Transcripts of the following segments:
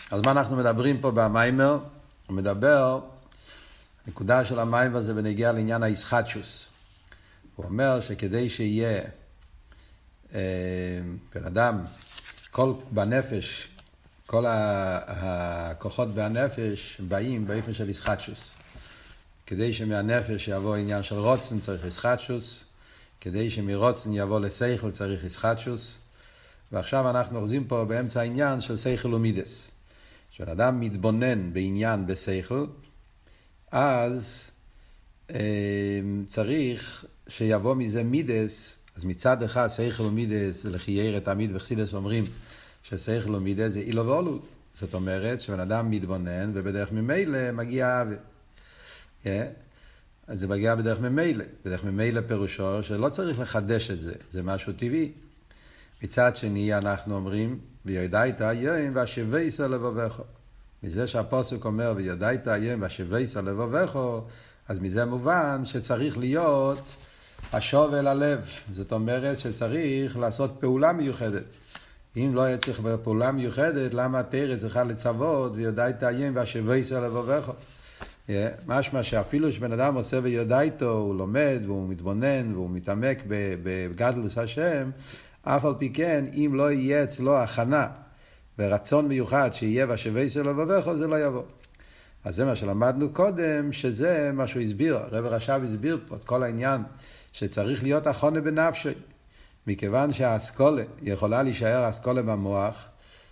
אז מה אנחנו מדברים פה במיימר? הוא מדבר, הנקודה של המיימר זה בנגיע לעניין הישחטשוס. הוא אומר שכדי שיהיה בן אדם, בנפש, כל הכוחות בנפש באים באופן של ישחטשוס. כדי שמהנפש יבוא עניין של רוצן צריך ישחטשוס, כדי שמרוצן יבוא לשכל צריך ישחטשוס, ועכשיו אנחנו אוחזים פה באמצע העניין של שכל ומידס. כשאדם מתבונן בעניין בשכל, אז צריך שיבוא מזה מידס. אז מצד אחד שכל ומידס לחייר את עמיד וחסידס אומרים ששכל ומידס זה אילו ואולו. זאת אומרת שבן אדם מתבונן ובדרך ממילא מגיע אהבה. אז זה מגיע בדרך ממילא. בדרך ממילא פירושו שלא צריך לחדש את זה, זה משהו טבעי. מצד שני אנחנו אומרים וידעת היום והשוויס על לבבך. מזה שהפסוק אומר וידעת היום והשוויס על לבבך, אז מזה מובן שצריך להיות השוב אל הלב. זאת אומרת שצריך לעשות פעולה מיוחדת. אם לא היה צריך פעולה מיוחדת, למה התורה צריכה לצוות וידעת היום והשוויס על לבבך? משמע שאפילו שבן אדם עושה וידעתו, הוא לומד והוא מתבונן והוא מתעמק בגדלוס השם, אף על פי כן, אם לא יהיה אצלו הכנה ורצון מיוחד שיהיה והשוויס על לבבך, זה לא יבוא. אז זה מה שלמדנו קודם, שזה מה שהוא הסביר. הרב רש"ב הסביר פה את כל העניין שצריך להיות הכנה בנפשי. מכיוון שהאסכולה יכולה להישאר אסכולה במוח,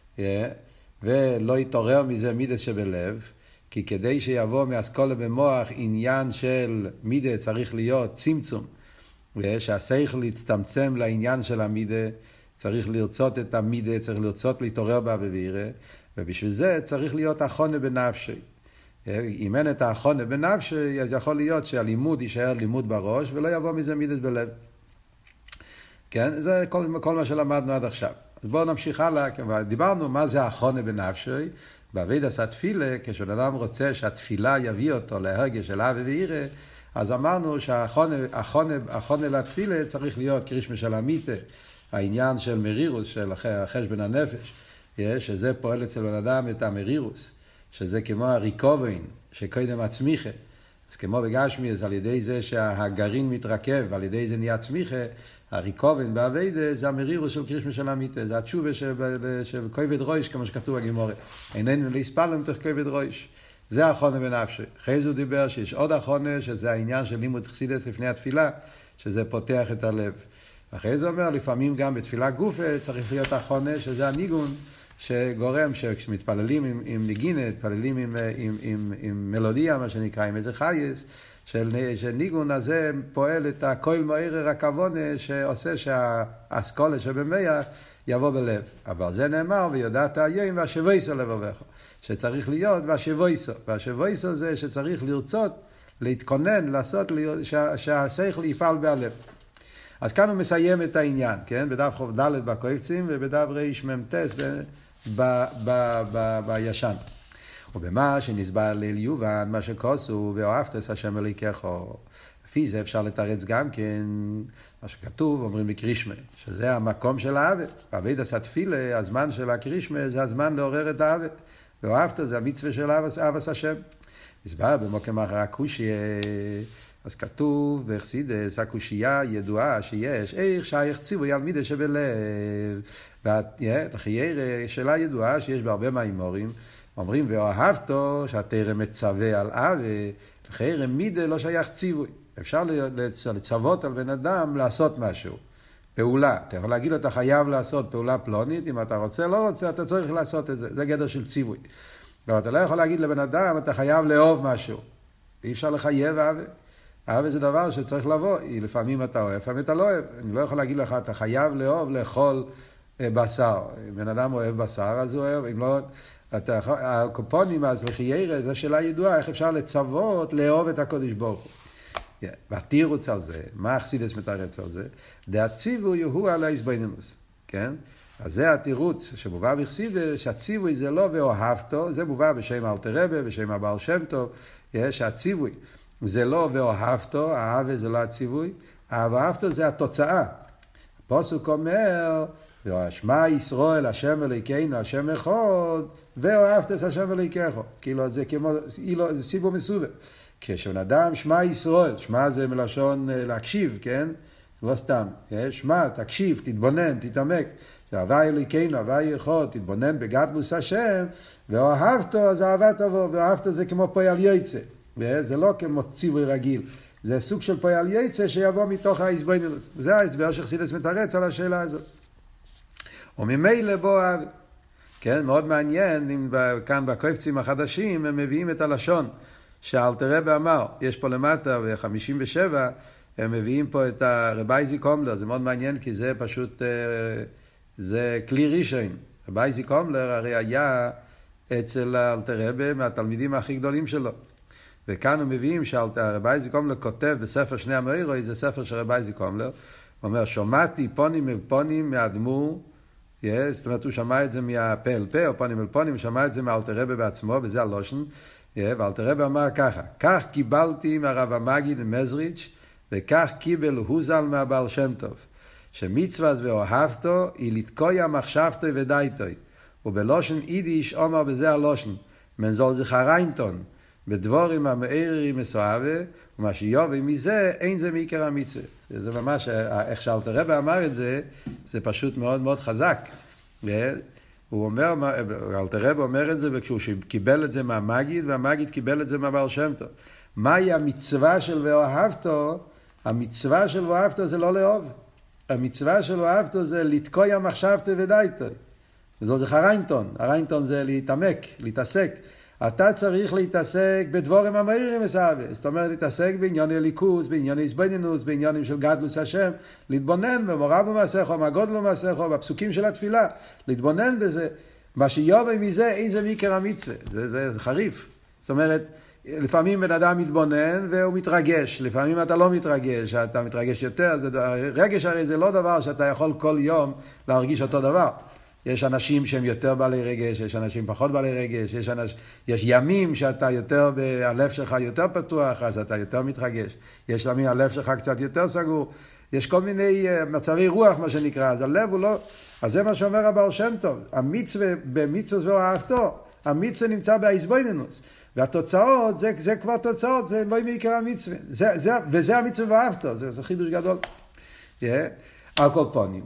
ולא יתעורר מזה מידס שבלב, כי כדי שיבוא מאסכולה במוח עניין של מידה צריך להיות צמצום, שהשכל יצטמצם לעניין של המידה, צריך לרצות את המידה, צריך לרצות להתעורר בה ובעירה, ובשביל זה צריך להיות הכנה בנפשי. אם אין את הכנה בנפשי, אז יכול להיות שהלימוד יישאר לימוד בראש ולא יבוא מזה מידס בלב. כן, זה כל מה שלמדנו עד עכשיו. אז בואו נמשיך הלאה. דיברנו מה זה הכנה בנפשי. בעבודת התפילה, כשאדם רוצה שהתפילה יביא אותו להרגש של אהבה ויראה, אז אמרנו שהכנה לתפילה צריך להיות קרישמה של אמיתה, העניין של מרירוס, של חשבון הנפש, שזה פועל אצל בן אדם את המרירוס, שזה כמו הריקובן, שקודם הצמיחה. אז כמו בגשמי, אז על ידי זה שהגרעין מתרכב, על ידי זה נהיה צמיחה, הריקובן בעבודה זה המרירוס של קרישמה של אמיתה, זה התשובה של כובד ראש, כמו שכתוב בגמרא. איננו להספלם תוך כובד ראש. זה הכנה בנפשי. אחרי זה הוא דיבר שיש עוד הכנה, שזה העניין של לימוד חסידות לפני התפילה, שזה פותח את הלב. אחרי זה אומר, לפעמים גם בתפילה גופה צריך להיות הכנה, שזה הניגון שגורם, שכשמתפללים עם ניגינה, מתפללים עם מלודיה, מה שנקרא, עם איזה חייס, של ניגון הזה פועל את הכל מעורר הכוונה שעושה שהאסכולה שבמאה יבוא בלב. אבל זה נאמר ויודעת היום והשוויס על לבבך, שצריך להיות והשוויס זה שצריך לרצות, להתכונן, לעשות שהשכל יפעל בהלב. אז כאן הוא מסיים את העניין, כן? בדף חוב ד' בקויפצים ובדף ריש ממתס בישן. ובמה שנסבר ליל יובן, מה שכוסו, ואוהבת את השם אלוהיך. לפי זה אפשר לתרץ גם כן, מה שכתוב, אומרים בקרישמה, שזה המקום של האהבת. בעבודת התפילה, הזמן של הקרישמה, זה הזמן לעורר את האהבת. ואוהבת זה המצווה של אהבת השם. נסבר במוקם אחר הקושיה, אז כתוב בחסידס, הקושייה ידועה שיש, איך שייך ציווי על מידה שבלב. והחייר שאלה ידועה שיש בהרבה מהאמורים, אומרים ואוהבתו שהתורה מצווה על אהבה, לחיר מידה לא שייך ציווי. אפשר לצוות על בן אדם לעשות משהו, פעולה. אתה יכול להגיד לו אתה חייב לעשות פעולה פלונית, אם אתה רוצה לא רוצה אתה צריך לעשות את זה, זה גדר של ציווי. אבל אתה לא יכול להגיד לבן אדם אתה חייב לאהוב משהו, אי אפשר לחייב אהבה. אהבה זה דבר שצריך לבוא, לפעמים אתה אוהב, לפעמים אתה לא אוהב. אני לא יכול להגיד לך אתה חייב לאהוב לאכול בשר. אם בן אדם אוהב בשר אז הוא אוהב, אם לא הקופונים, אז לחיירה, זו שאלה ידועה, איך אפשר לצוות, לאהוב את הקודש ברוך הוא. והתירוץ על זה, מה החסידס מתרץ על זה? דהציווי הוא על ההסבינמוס, כן? אז זה התירוץ שמובא בחסידס, שהציווי זה לא ואוהבתו, זה מובא בשם אלתר רבי, בשם הבעל שם טוב, שהציווי זה לא ואוהבתו, האהבה זה לא הציווי, האהבתו זה התוצאה. הפסוק אומר, שמע ישראל השם אלוהינו השם אחד ואהבת את השם אלוהיכך. כאילו זה כמו, זה סיבוב מסובב. כשבן אדם שמע ישראל, שמע זה מלשון להקשיב, כן? לא סתם. שמע, תקשיב, תתבונן, תתעמק. הווי אלוהינו, הווי אחד, תתבונן בגדלוס השם, ואהבתו זה אהבת אבו, ואהבתו זה כמו פועל יוצא. זה לא כמו ציווי רגיל. זה סוג של פועל יוצא שיבוא מתוך ההסבוננות. וזה ההסבר שחסידס מתרץ על השאלה הזאת. וממילא בו אהב. כן, מאוד מעניין, אם כאן בקופצים החדשים הם מביאים את הלשון שאלתר רבי אמר, יש פה למטה ב-57, הם מביאים פה את רבי אייזיק הומלר, זה מאוד מעניין כי זה פשוט, זה כלי ראשון. רבי אייזיק הומלר הרי היה אצל אלתר רבי מהתלמידים הכי גדולים שלו. וכאן הם מביאים שרבי אייזיק הומלר כותב בספר שני המאירוי, זה ספר של רבי אייזיק הומלר, הוא אומר, שומעתי פונים אל פונים מהאדמו"ר, זאת אומרת, הוא שמע את זה מהפה אל פה, או פונים אל פונים, הוא שמע את זה מאלתר רבי בעצמו, וזה הלושן, ואלתר רבי אמר ככה, כך קיבלתי מהרב המגיד ממזריץ', וכך קיבל הוזל מהבעל שם טוב, שמצווה ואוהבתו היא לתקויה מחשבתו ודאיתו, ובלושן יידיש אומר בזה הלושן, מנזול זכריינטון, בדבורים המאירים מסואבה, ומה שיובי מזה, אין זה מעיקר המצווה. זה ממש, איך שאלתר רבי אמר את זה, זה פשוט מאוד מאוד חזק. הוא אומר, אלתר רבי אומר את זה, וכשהוא קיבל את זה מהמגיד, והמגיד קיבל את זה מהבעל שם טוב. מהי המצווה של ואוהבתו? המצווה של ואוהבתו זה לא לאהוב. המצווה של ואוהבתו זה לתקויה מחשבתו ודאיתו. זה חריינטון. הריינטון זה להתעמק, להתעסק. אתה צריך להתעסק בדבורים המאירים מסעבה. זאת אומרת, להתעסק בענייני ליכוז, בענייני הסבוננות, בעניינים של גדלוס השם, להתבונן במורה במעשיך, מהגודל במעשיך, בפסוקים של התפילה, להתבונן בזה. מה שיובי מזה, אין זה מעיקר המצווה. זה חריף. זאת אומרת, לפעמים בן אדם מתבונן והוא מתרגש. לפעמים אתה לא מתרגש, אתה מתרגש יותר. רגש הרי זה לא דבר שאתה יכול כל יום להרגיש אותו דבר. יש אנשים שהם יותר בעלי רגש, יש אנשים פחות בעלי רגש, יש ימים שאתה יותר, הלב שלך יותר פתוח, אז אתה יותר מתרגש. יש ימים הלב שלך קצת יותר סגור. יש כל מיני מצבי רוח, מה שנקרא, אז הלב הוא לא... אז זה מה שאומר הבעל שם טוב. המצווה, במצווה ואהבתו, המצווה נמצא בהסבוננות. והתוצאות, זה כבר תוצאות, זה לא מעיקר המצווה. וזה המצווה ואהבתו, זה חידוש גדול. על כל פנים.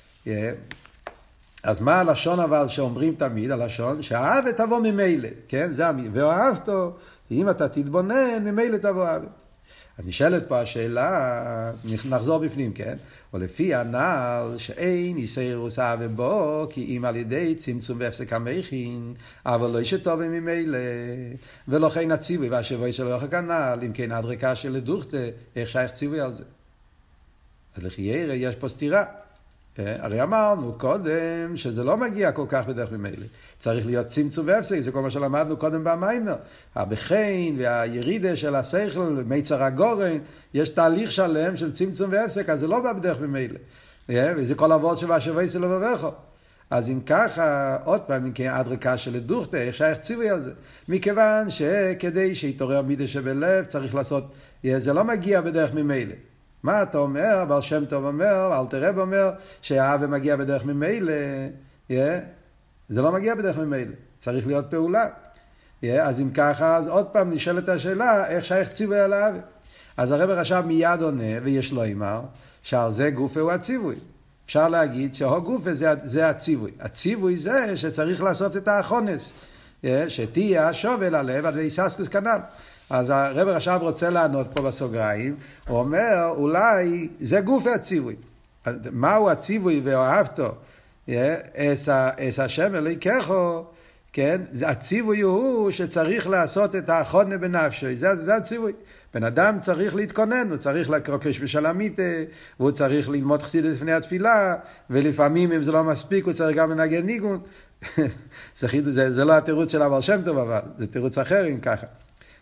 אז מה הלשון אבל שאומרים תמיד, הלשון שהאהבה תבוא ממילא, כן? זה ואוהבתו, אם אתה תתבונן, ממילא תבוא אהבה. אז נשאלת פה השאלה, נחזור בפנים, כן? ולפי הנ"ל שאין איסורוס אהבה בו, כי אם על ידי צמצום והפסק המכין, אבל לא שטוב ממילא, ולכן הציווי והשבוי שלו אחר כנ"ל, אם כן הדרכה של לדוכתה, איך שייך ציווי על זה? אז לחיירה יש פה סתירה. הרי אמרנו קודם שזה לא מגיע כל כך בדרך ממילא. צריך להיות צמצום והפסק, זה כל מה שלמדנו קודם במיימר. הבחין והירידה של השכל, מיצר הגורן, יש תהליך שלם של צמצום והפסק, אז זה לא בא בדרך ממילא. וזה כל עבוד שבשווה אצל לבבך. אז אם ככה, עוד פעם, אם כן הדרכה של לדוכתה, איך שייך ציווי על זה? מכיוון שכדי שיתעורר מידה שבלב, צריך לעשות, זה לא מגיע בדרך ממילא. מה אתה אומר? בעל שם טוב אומר, אלתר רבי אומר, שהאהבה מגיע בדרך ממילא, זה לא מגיע בדרך ממילא, צריך להיות פעולה. אז אם ככה, אז עוד פעם נשאלת השאלה, איך שייך ציווי על האהבה? אז הרבי רש"ב מיד עונה, ויש לו אמר, שעל זה גופה הוא הציווי. אפשר להגיד שהו גופה זה הציווי. הציווי זה שצריך לעשות את האחונס, שתהיה השווה ללב עד איססקוס כנ"ל. אז הרב רש"ב רוצה לענות פה בסוגריים, הוא אומר, אולי זה גוף הציווי. מהו הציווי ואוהבתו? אס השם אלוהיכך, כן? הציווי הוא שצריך לעשות את האחרונה בנפשו, זה הציווי. בן אדם צריך להתכונן, הוא צריך לקרוא קריש בשלמית, והוא צריך ללמוד חסידות לפני התפילה, ולפעמים אם זה לא מספיק, הוא צריך גם לנגן ניגון. זה לא התירוץ של הבעל שם טוב, אבל זה תירוץ אחר אם ככה.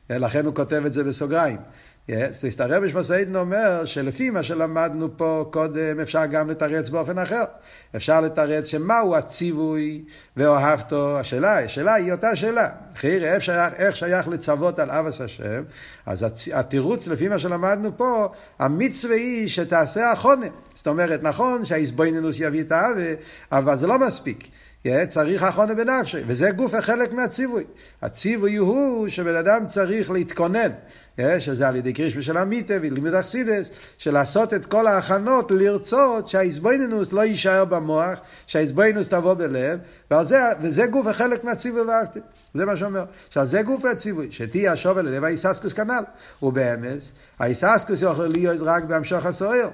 לכן הוא כותב את זה בסוגריים. הרב משמעותיין אומר שלפי מה שלמדנו פה קודם אפשר גם לתרץ באופן אחר. אפשר לתרץ שמהו הציווי ואוהבתו. השאלה היא אותה שאלה. איך שייך לצוות על אהבת השם? אז התירוץ לפי מה שלמדנו פה, המצווה היא שתעשה החונה. זאת אומרת, נכון שהאיזבנינוס יביא את האהבה, אבל זה לא מספיק. צריך החונה בנפשי, וזה גוף החלק מהציווי. הציווי הוא שבן אדם צריך להתכונן, שזה על ידי קרישמה של המיטה ולימוד אכסידס, שלעשות את כל ההכנות לרצות שהאיזבנינוס לא יישאר במוח, שהאיזבנינוס תבוא בלב, וזה גוף החלק מהציווי ואהבתי. זה מה שאומר. זה גוף הציווי, שתהיה השווה ללב האיססקוס כנ"ל. ובאמס, האיססקוס יכול להיות רק בהמשוך הסוער.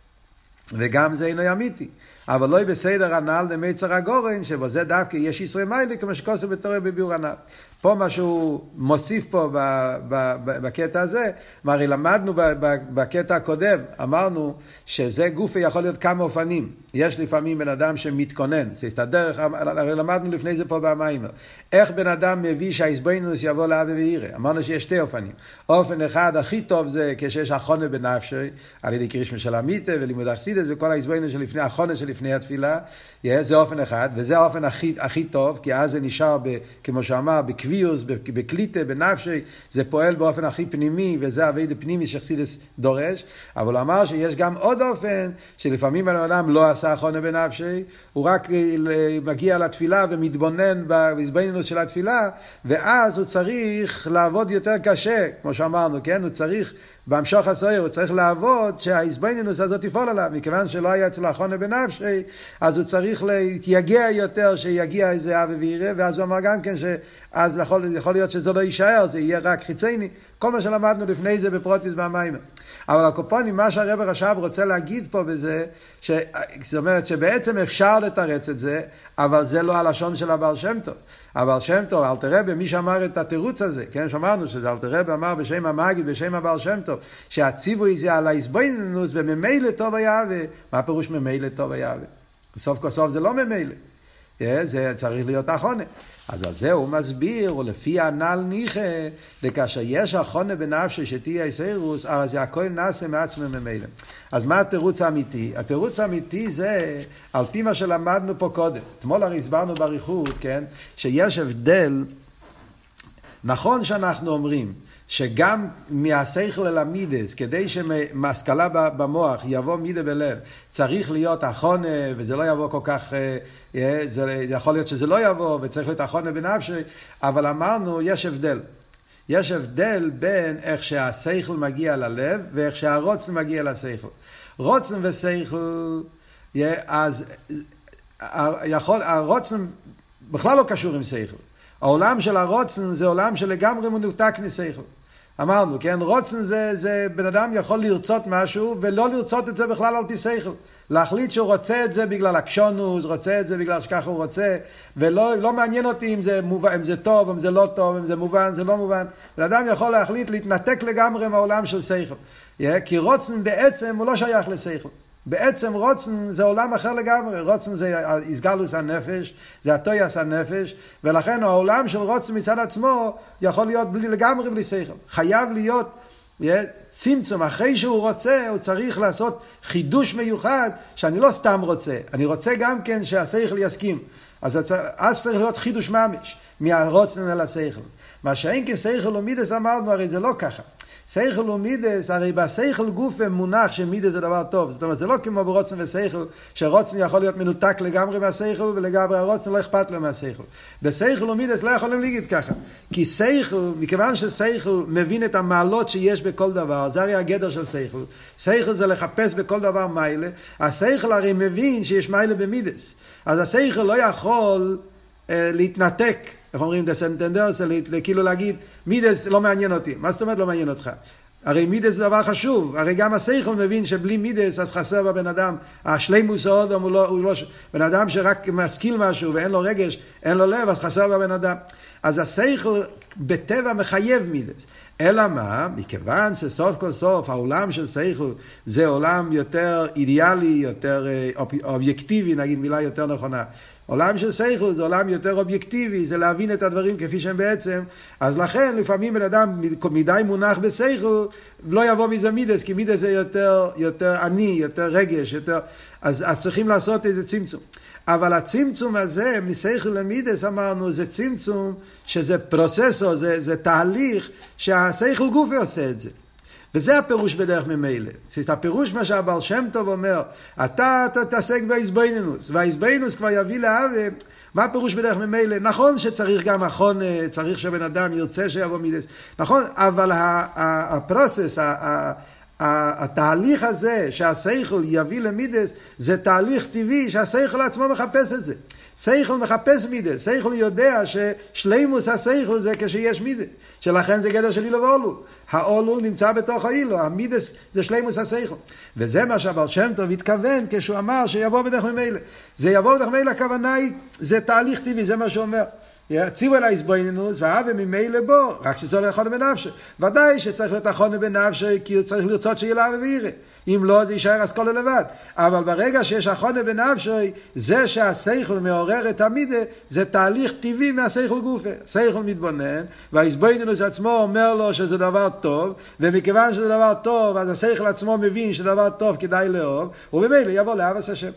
וגם זה אינו אמיתי. אבל לא בסדר הנ"ל דמיצר הגורן, שבו זה דווקא יש ישראל מיילי, כמו שכוסו בתורה בביאור הנ"ל. פה מה שהוא מוסיף פה בקטע הזה, הרי למדנו בקטע הקודם, אמרנו שזה גוף יכול להיות כמה אופנים. יש לפעמים בן אדם שמתכונן, זה הדרך, הרי למדנו לפני זה פה במיימר. איך בן אדם מביא שהאיזבנינוס יבוא לאהבה ויראה? אמרנו שיש שתי אופנים. אופן אחד הכי טוב זה כשיש החונה בנפשי, על ידי קרישמה של המיטה ולימוד אכסידס וכל האיזבנינוס שלפני, החונה שלפני התפילה, זה אופן אחד, וזה האופן הכי טוב, כי אז זה נשאר, כמו שאמר, בקביוס, בקליטה, בנפשי, זה פועל באופן הכי פנימי, וזה עבד פנימי שחסידס דורש, אבל הוא אמר שיש גם עוד אופן, שלפעמים האדם לא עשה החונה בנפשי, הוא רק מגיע לתפילה ומתבונן בהזבנינוס של התפילה, ואז הוא צריך לעבוד יותר קשה, כמו שאמרנו, כן? הוא צריך בהמשוך הסוער, הוא צריך לעבוד שההזבנינוס הזאת תפעול עליו, מכיוון שלא היה אצלו החונה בנפשי, אז הוא צריך להתייגע יותר, שיגיע איזה אהבה ויראה, ואז הוא אמר גם כן שאז יכול להיות שזה לא יישאר, זה יהיה רק חיצייני, כל מה שלמדנו לפני זה בפרוטיס במיימר. אבל הקופונים, מה שהרב הרש"ב רוצה להגיד פה בזה, זאת אומרת שבעצם אפשר לתרץ את זה, אבל זה לא הלשון של הבעל שם טוב. הבעל שם טוב, אלתר רבי, מי שאמר את התירוץ הזה, כן, שאמרנו שזה אלתר רבי אמר בשם המגיד, בשם הבעל שם טוב, שהציווי זה על האיזבנינוס וממילא טוב היאהבה. מה הפירוש ממילא טוב היאהבה? סוף כל סוף זה לא ממילא. זה צריך להיות החונה. אז על זה הוא מסביר, ולפי הנ"ל ניחא, לכאשר יש החונה בנפשי שתהיה איסרוס, אז זה הכל נעשה מעצמם ממילא. אז מה התירוץ האמיתי? התירוץ האמיתי זה, על פי מה שלמדנו פה קודם. אתמול הרי הסברנו באריכות, כן, שיש הבדל, נכון שאנחנו אומרים, שגם מהשכל אל המידס, כדי שמהשכלה במוח יבוא מידה בלב, צריך להיות החונה, וזה לא יבוא כל כך, יכול להיות שזה לא יבוא, וצריך להיות החונה בנפשי, אבל אמרנו, יש הבדל. יש הבדל בין איך שהשכל מגיע ללב, ואיך שהרוצן מגיע לשכל. רוצן ושכל, אז הרוצן בכלל לא קשור עם שכל. העולם של הרוצן זה עולם שלגמרי מנותק משכל. אמרנו, כן, רוצן זה בן אדם יכול לרצות משהו ולא לרצות את זה בכלל על פי שכל. להחליט שהוא רוצה את זה בגלל הקשונוס, רוצה את זה בגלל שככה הוא רוצה, ולא מעניין אותי אם זה טוב, אם זה לא טוב, אם זה מובן, זה לא מובן. בן אדם יכול להחליט להתנתק לגמרי מהעולם של שכל. כי רוצן בעצם הוא לא שייך לשכל. בעצם רוצן זה עולם אחר לגמרי. רוצן זה הסגלוס הנפש, זה הטויס הנפש, ולכן העולם של רוצן מצד עצמו יכול להיות לגמרי בלי שכל. חייב להיות צמצום. אחרי שהוא רוצה, הוא צריך לעשות חידוש מיוחד, שאני לא סתם רוצה, אני רוצה גם כן שהשכל יסכים. אז צריך להיות חידוש ממש, מהרוצן אל השכל. מה שאין כשכל ומידס אמרנו, הרי זה לא ככה. שכל ומידס, הרי בשכל גוף מונח שמידס זה דבר טוב. זאת אומרת, זה לא כמו ברוצן ושכל, שרוצן יכול להיות מנותק לגמרי מהשכל, ולגמרי הרוצן לא אכפת לו מהשכל. בשכל ומידס לא יכולים להגיד ככה. כי שכל, מכיוון ששכל מבין את המעלות שיש בכל דבר, זה הרי הגדר של שכל. שכל זה לחפש בכל דבר מיילה. השכל הרי מבין שיש מיילה במידס. אז השכל לא יכול להתנתק. איך אומרים, דסנטנדר, זה כאילו להגיד, מידס לא מעניין אותי. מה זאת אומרת לא מעניין אותך? הרי מידס זה דבר חשוב. הרי גם השכל מבין שבלי מידס, אז חסר בבן אדם. השלימוס האודם הוא לא, בן אדם שרק משכיל משהו ואין לו רגש, אין לו לב, אז חסר בבן אדם. אז השכל בטבע מחייב מידס. אלא מה? מכיוון שסוף כל סוף העולם של שכל זה עולם יותר אידיאלי, יותר אובייקטיבי, נגיד מילה יותר נכונה. עולם של שכל זה עולם יותר אובייקטיבי, זה להבין את הדברים כפי שהם בעצם, אז לכן לפעמים בן אדם מדי מונח בשכל, לא יבוא מזה מידס, כי מידס זה יותר עני, יותר רגש, אז צריכים לעשות איזה צמצום. אבל הצמצום הזה, משכל למידס אמרנו, זה צמצום שזה פרוססור, זה תהליך שהשכל גופי עושה את זה. וזה הפירוש בדרך ממילא. זאת הפירוש מה שהבעל שם טוב אומר, אתה תתעסק בהסבינינוס, וההסבינינוס כבר יביא לאהבה. מה הפירוש בדרך ממילא? נכון שצריך גם אחון, צריך שבן אדם ירצה שיבוא מידס. נכון, אבל הפרוסס, התהליך הזה שהשכל יביא למידס, זה תהליך טבעי שהשכל עצמו מחפש את זה. שכל מחפש מידס, שכל יודע ששלימוס השכל זה כשיש מידס, שלכן זה גדר של אילו ואולו. האולו נמצא בתוך האילו, המידס זה שלימוס השכל. וזה מה שהבעל שם טוב התכוון כשהוא אמר שיבוא בדרך ממילא. זה יבוא בדרך ממילא, הכוונה היא, זה תהליך טבעי, זה מה שהוא אומר. ציוו אליי הסבינינוס, והאווה ממילא בו, רק שזה הולך אחונה בנפשי. ודאי שצריך להיות אחונה בנפשי, כי הוא צריך לרצות שיהיה לה ויראה. אם לא, זה יישאר אסכולה לבד. אבל ברגע שיש אחונה בנפשי, זה שהשכל מעורר את המידה, זה תהליך טבעי מהשכל גופה. שכל מתבונן, וההסבינינוס עצמו אומר לו שזה דבר טוב, ומכיוון שזה דבר טוב, אז השכל עצמו מבין שדבר טוב כדאי לאהוב, ובמילא יבוא לאהבת השם.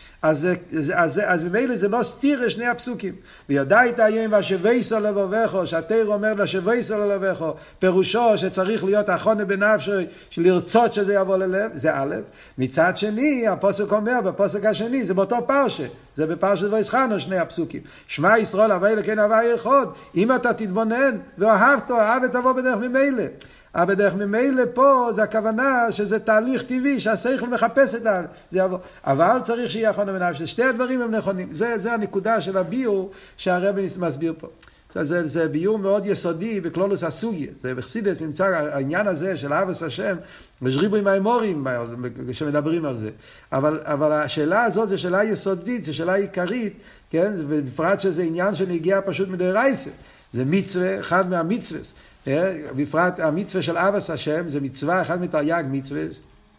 אז במילא זה לא סתיר שני הפסוקים. וידעת היום ושבייסו לבבך, שהתורה אומר ושבייסו לבבך, פירושו שצריך להיות אחונה בנפשו, לרצות שזה יבוא ללב, זה א'. מצד שני, הפסוק אומר, בפסוק השני, זה באותו פרשה, זה בפרשת וישחנו שני הפסוקים. שמע ישראל הווי אלוקינו הווי אחד, אם אתה תתבונן ואהבתו, אהבת תבוא בדרך ממילא. אבל בדרך ממילא פה זה הכוונה שזה תהליך טבעי שהשכל מחפש את זה יבוא. אבל צריך שיהיה אחונה בנפשי. שתי הדברים הם נכונים. זה הנקודה של הביור שהרבי מסביר פה. זה ביור מאוד יסודי בכלולוס הסוגיה. זה בחסידות נמצא העניין הזה של אהבת השם, יש ריבוי מהאמורים שמדברים על זה. אבל השאלה הזאת זו שאלה יסודית, זו שאלה עיקרית, כן? בפרט שזה עניין שנגיע פשוט מדרייסה. זה מצווה, אחד מהמצוות. בפרט המצווה של אהבת השם זה מצווה, אחד מתרי"ג מצוות,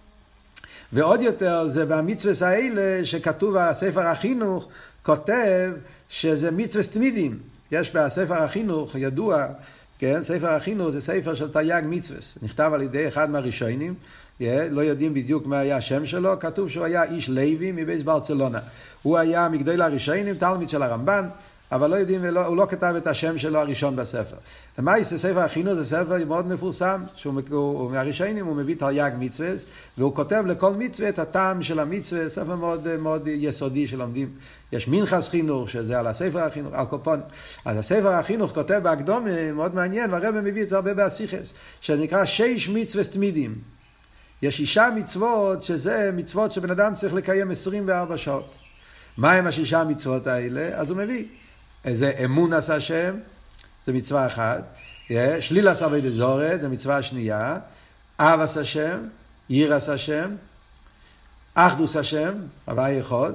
ועוד יותר זה במצווה האלה שכתוב בספר החינוך, כותב שזה מצווה תמידים. יש בספר החינוך ידוע, כן? ספר החינוך זה ספר של תרי"ג מצוות, נכתב על ידי אחד מהראשונים, לא יודעים בדיוק מה היה השם שלו, כתוב שהוא היה איש לוי מבית ברצלונה, הוא היה מגדולי הראשונים, תלמיד של הרמב"ן, אבל לא יודעים, הוא לא כתב את השם שלו הראשון בספר. למה זה ספר החינוך? זה ספר מאוד מפורסם, שהוא מהראשונים, הוא מביא תרי"ג מצוות, והוא כותב לכל מצווה את הטעם של המצווה, ספר מאוד, מאוד יסודי שלומדים. יש מנחס חינוך, שזה על הספר החינוך, על קופון. אז הספר החינוך כותב בהקדום, מאוד מעניין, והרב מביא את זה הרבה בהסיכס, שנקרא 6 מצוות תמידים. יש 6 מצוות, שזה מצוות שבן אדם צריך לקיים 24 שעות. מה הם 6 מצוות האלה? אז הוא מביא. זה אמון עשה השם, זה מצווה אחת. שליל עשה עבודת זרה, זה מצווה השנייה. אהבת השם, יראת השם, אחדות השם, הווי אחד,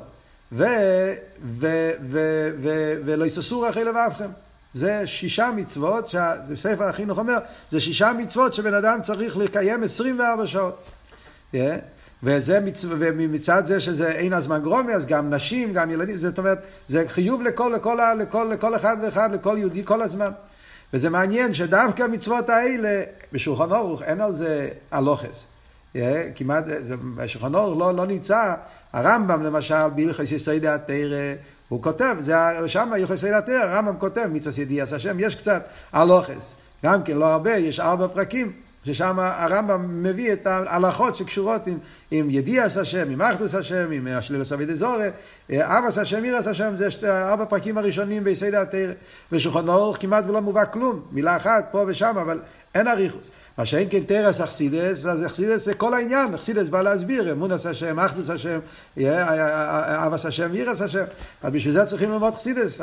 ולא יססור אחרי לבבכם. זה 6 מצוות, ספר החינוך אומר, זה 6 מצוות שבן אדם צריך לקיים 24 שעות. וזה ומצד זה שזה אין הזמן גרומי, אז גם נשים, גם ילדים, זאת אומרת, זה חיוב לכל אחד ואחד, לכל יהודי כל הזמן. וזה מעניין שדווקא המצוות האלה, בשולחן אורוך אין על זה הלוכס. כמעט, בשולחן אורוך לא נמצא, הרמב"ם למשל, בהלכות יסודי התורה, הוא כותב, שם בהלכות יסודי התורה, הרמב"ם כותב, מצוות ידיעת השם, יש קצת הלוכס. גם כן, לא הרבה, יש 4 פרקים. ששם הרמב"ם מביא את ההלכות שקשורות עם ידיעת השם, עם אחדות השם, עם שליל עבודת זרה, אהבת השם, יראת השם, זה 4 פרקים הראשונים ביסוד התורה. ושולחן אורוך כמעט ולא מובא כלום, מילה אחת פה ושם, אבל אין אריכות. מה שאין כן תרס אכסידס, אז אכסידס זה כל העניין, אכסידס בא להסביר, אמון השם, אחדות השם, אהבת השם, יראת השם. אז בשביל זה צריכים ללמוד אכסידס.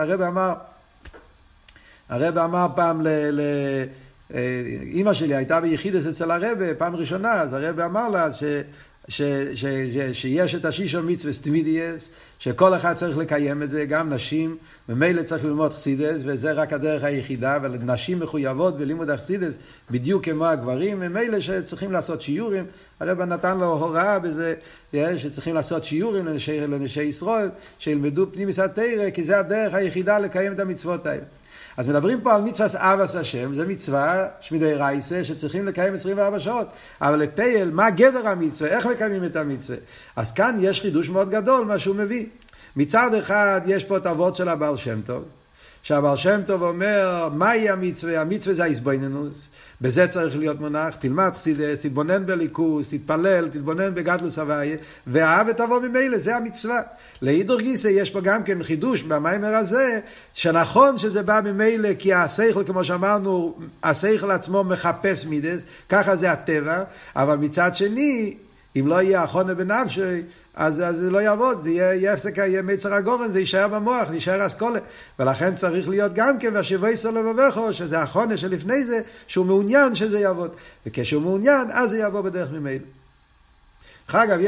הרב אמר פעם אמא שלי הייתה ביחידס אצל הרב פעם ראשונה, אז הרב אמר לה שיש את השישו מצווה תמידייס, שכל אחד צריך לקיים את זה, גם נשים, ממילא צריך ללמוד חסידס, וזה רק הדרך היחידה, ונשים מחויבות בלימוד החסידס, בדיוק כמו הגברים, ממילא שצריכים לעשות שיעורים, הרב נתן לו הוראה בזה, שצריכים לעשות שיעורים לנשי ישראל, שילמדו פנימיס התורה, כי זה הדרך היחידה לקיים את המצוות האלה. אז מדברים פה על מצוות אהבת השם, זה מצווה שמדאורייתא שצריכים לקיים 24 שעות. אבל לפייל, מה גדר המצווה? איך מקיימים את המצווה? אז כאן יש חידוש מאוד גדול, מה שהוא מביא. מצד אחד יש פה את אבות של הבעל שם טוב, שהבעל שם טוב אומר, מהי המצווה? המצווה זה ההסבוננות. בזה צריך להיות מונח, תלמד חסידס, תתבונן בליכוס, תתפלל, תתבונן בגדלוס הוויה, והאהבה תבוא ממילא, זה המצווה. להידור גיסא יש פה גם כן חידוש במיימר הזה, שנכון שזה בא ממילא, כי השכל, כמו שאמרנו, השכל עצמו מחפש מידס, ככה זה הטבע, אבל מצד שני, אם לא יהיה החונה בנפשי, אז זה לא יעבוד, זה יהיה הפסק, יהיה מיצר הגורן, זה יישאר במוח, זה יישאר אסכולה. ולכן צריך להיות גם כן, והשיבוי סלובבכו, שזה החונה שלפני זה, שהוא מעוניין שזה יעבוד. וכשהוא מעוניין, אז זה יעבוד בדרך ממילא. אחר כך,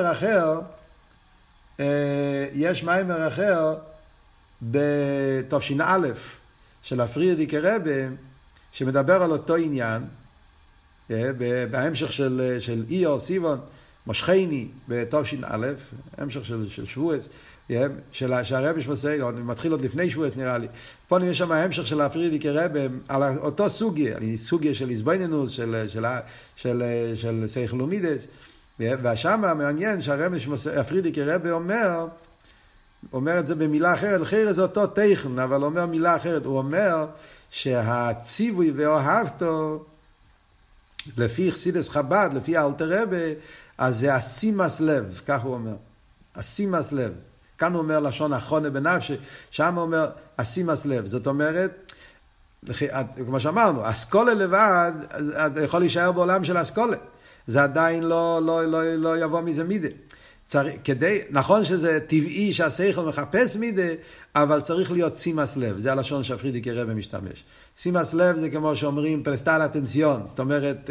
יש מיימר אחר, בתש"א, של הפרידיקי רבי, שמדבר על אותו עניין, בהמשך של איור סיבון, משכני בתש"א, המשך של שבועס, שהרבי שמסייג, מתחיל עוד לפני שבועס נראה לי, פה יש שם ההמשך של הפרידיקי רבי, על אותו סוגיה של הסבוננות, של שכל ומידס, ושם מעניין שהפרידיקי רבי אומר את זה במילה אחרת, אחרת זה אותו תכן, אבל אומר מילה אחרת, הוא אומר שהציווי ואוהבתו, לפי חסידס חב"ד, לפי אלתר רבי, אז זה השימת לב, כך הוא אומר, השימת לב. כאן הוא אומר לשון החונה בנפש, שם הוא אומר השימת לב. זאת אומרת, כמו שאמרנו, אסכולה לבד, אתה יכול להישאר בעולם של אסכולה. זה עדיין לא יבוא מזה מידה. נכון שזה טבעי שהשכל מחפש מידה, אבל צריך להיות שימת לב. זה הלשון שהפרידיקי רבי משתמש. שימת לב זה כמו שאומרים פרסטל אטנציון. זאת אומרת,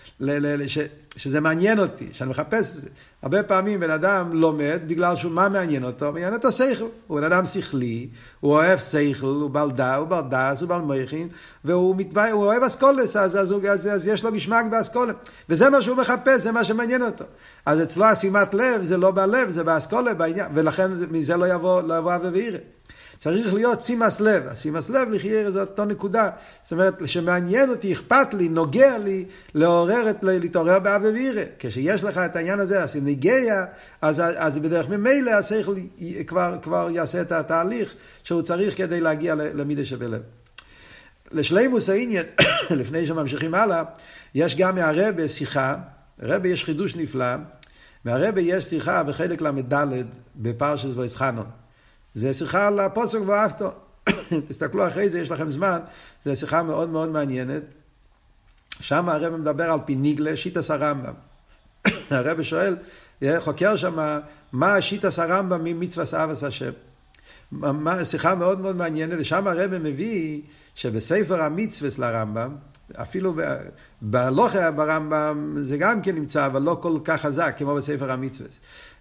שזה מעניין אותי, שאני מחפש. הרבה פעמים בן אדם לומד בגלל שהוא, מה מעניין אותו? מעניין אותו שכל. הוא בן אדם שכלי, הוא אוהב שכל, הוא בעל דס, הוא בעל מויכין, והוא אוהב אסכולס, אז יש לו גשמק באסכולס. וזה מה שהוא מחפש, זה מה שמעניין אותו. אז אצלו השימת לב, זה לא בלב, זה באסכולס, ולכן מזה לא יבוא אהבה ויראה. צריך להיות שימת לב. השימת לב לחייר זה אותו נקודה. זאת אומרת, שמעניין אותי, אכפת לי, נוגע לי, להתעורר באהבה ויראה. כשיש לך את העניין הזה, הסנגיה, אז בדרך ממילא השכל כבר יעשה את התהליך שהוא צריך כדי להגיע למידה שבלב. לשלימוס העניין, לפני שממשיכים הלאה, יש גם מהרבי שיחה, הרבי יש חידוש נפלא, מהרבי יש שיחה בחלק למד' בפרשת ויסחנון. זה שיחה על הפסוק ואהבתו. תסתכלו אחרי זה, יש לכם זמן. זה שיחה מאוד מאוד מעניינת. שם הרב מדבר על פי ניגלה, שיטס הרמב"ם. הרב שואל, חוקר שם, מה שיטס הרמב"ם ממצוות אהבת השם. שיחה מאוד מאוד מעניינת, ושם הרב מביא שבספר המצוות לרמב"ם, אפילו בהלוכה ברמב"ם זה גם כן נמצא, אבל לא כל כך חזק כמו בספר המצוות.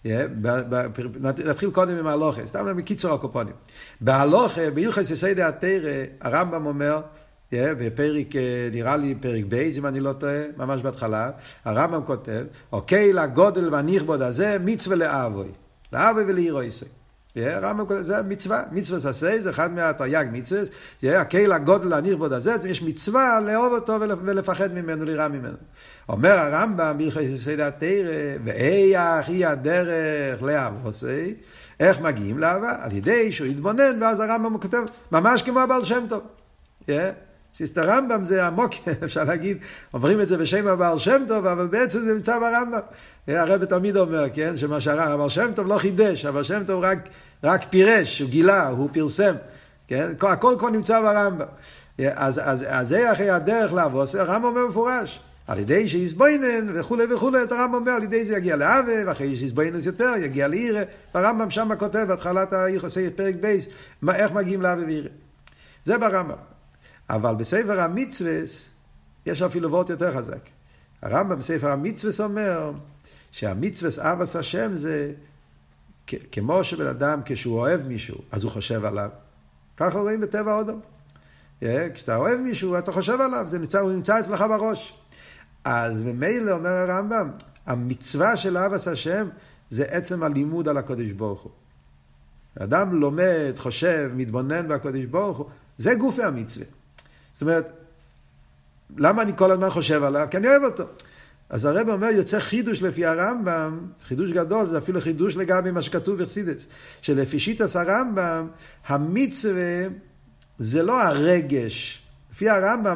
נתחיל קודם עם ההלוכה, סתם מקיצור הקופונים. בהלוכה, בהלכות יסודי התורה, הרמב"ם אומר, בפרק, נראה לי פרק בייז, אם אני לא טועה, ממש בהתחלה, הרמב"ם כותב, אוקיי, לגודל והנכבוד הזה, מצווה לאהבוי וליראי. זה מצווה, מצווה עשה, זה אחד מהתרי"ג מצוות, הקהל הגודל הנכבוד הזה, יש מצווה לאהוב אותו ולפחד ממנו, לירא ממנו. אומר הרמב"ם, בהלכות יסודי התורה, ואיך היא הדרך לאהוב, איך מגיעים לאהבה? על ידי שהוא יתבונן, ואז הרמב"ם כותב, ממש כמו הבעל שם טוב. סיסט הרמב"ם זה עמוק, אפשר להגיד, אומרים את זה בשם הבעל שם טוב, אבל בעצם זה נמצא ברמב"ם. הרב תמיד אומר, כן, שמה שהבעל שם טוב לא חידש, הבעל שם טוב רק פירש, הוא גילה, הוא פרסם, כן, הכל כבר נמצא ברמב"ם. אז זה אחרי הדרך לעבוד, הרמב"ם אומר מפורש, על ידי שיסבוינן וכו' וכו', אז הרמב"ם אומר, על ידי זה יגיע לאהבה, ואחרי שיסבוינן יותר, יגיע ליראה, והרמב"ם שם כותב, בהתחלת היחסי פרק בייס, איך מגיעים לאהבה ויראה. זה ברמב"ם. אבל בספר המצוות יש אפילו וורט יותר חזק. הרמב"ם בספר המצוות אומר שהמצווה אהבת השם זה כמו שבן אדם כשהוא אוהב מישהו, אז הוא חושב עליו. ככה רואים בטבע האדם. כשאתה אוהב מישהו, אתה חושב עליו, הוא נמצא אצלך בראש. אז ממילא אומר הרמב"ם, המצווה של אהבת השם זה עצם הלימוד על הקדוש ברוך הוא. אדם לומד, חושב, מתבונן בקדוש ברוך הוא, זה גופי המצווה. זאת אומרת, למה אני כל הזמן חושב עליו? כי אני אוהב אותו. אז הרב אומר, יוצא חידוש לפי הרמב"ם, חידוש גדול, זה אפילו חידוש לגבי מה שכתוב בחסידות, שלפי שיטת הרמב"ם, המצווה זה לא הרגש. לפי הרמב"ם,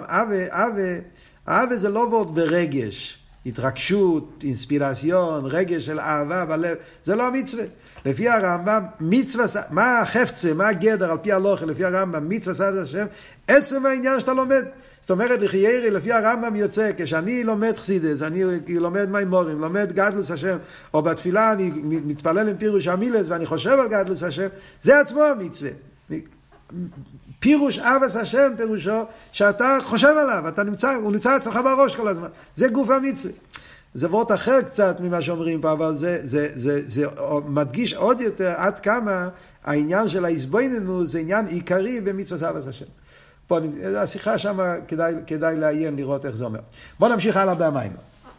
אהבה זה לא ועוד ברגש, התרגשות, אינספירציון, רגש של אהבה בלב, זה לא המצווה. לפי הרמב"ם, מצווה, מה החפצה, מה הגדר על פי הלוכה, לפי הרמב"ם, מצווה סבא השם, עצם העניין שאתה לומד. זאת אומרת, לחיירי, לפי הרמב"ם יוצא, כשאני לומד חסידות, אני לומד מימורים, לומד גדלוס השם, או בתפילה אני מתפלל עם פירוש המילס, ואני חושב על גדלוס השם, זה עצמו המצווה. פירוש אהבת השם, פירושו שאתה חושב עליו, הוא נמצא אצלך בראש כל הזמן. זה גוף המצווה. זה וורט אחר קצת ממה שאומרים פה, אבל זה מדגיש עוד יותר עד כמה העניין של ההסבויננו זה עניין עיקרי במצוות אהבת השם. פה השיחה שם כדאי לעיין לראות איך זה אומר. בוא נמשיך הלאה במים.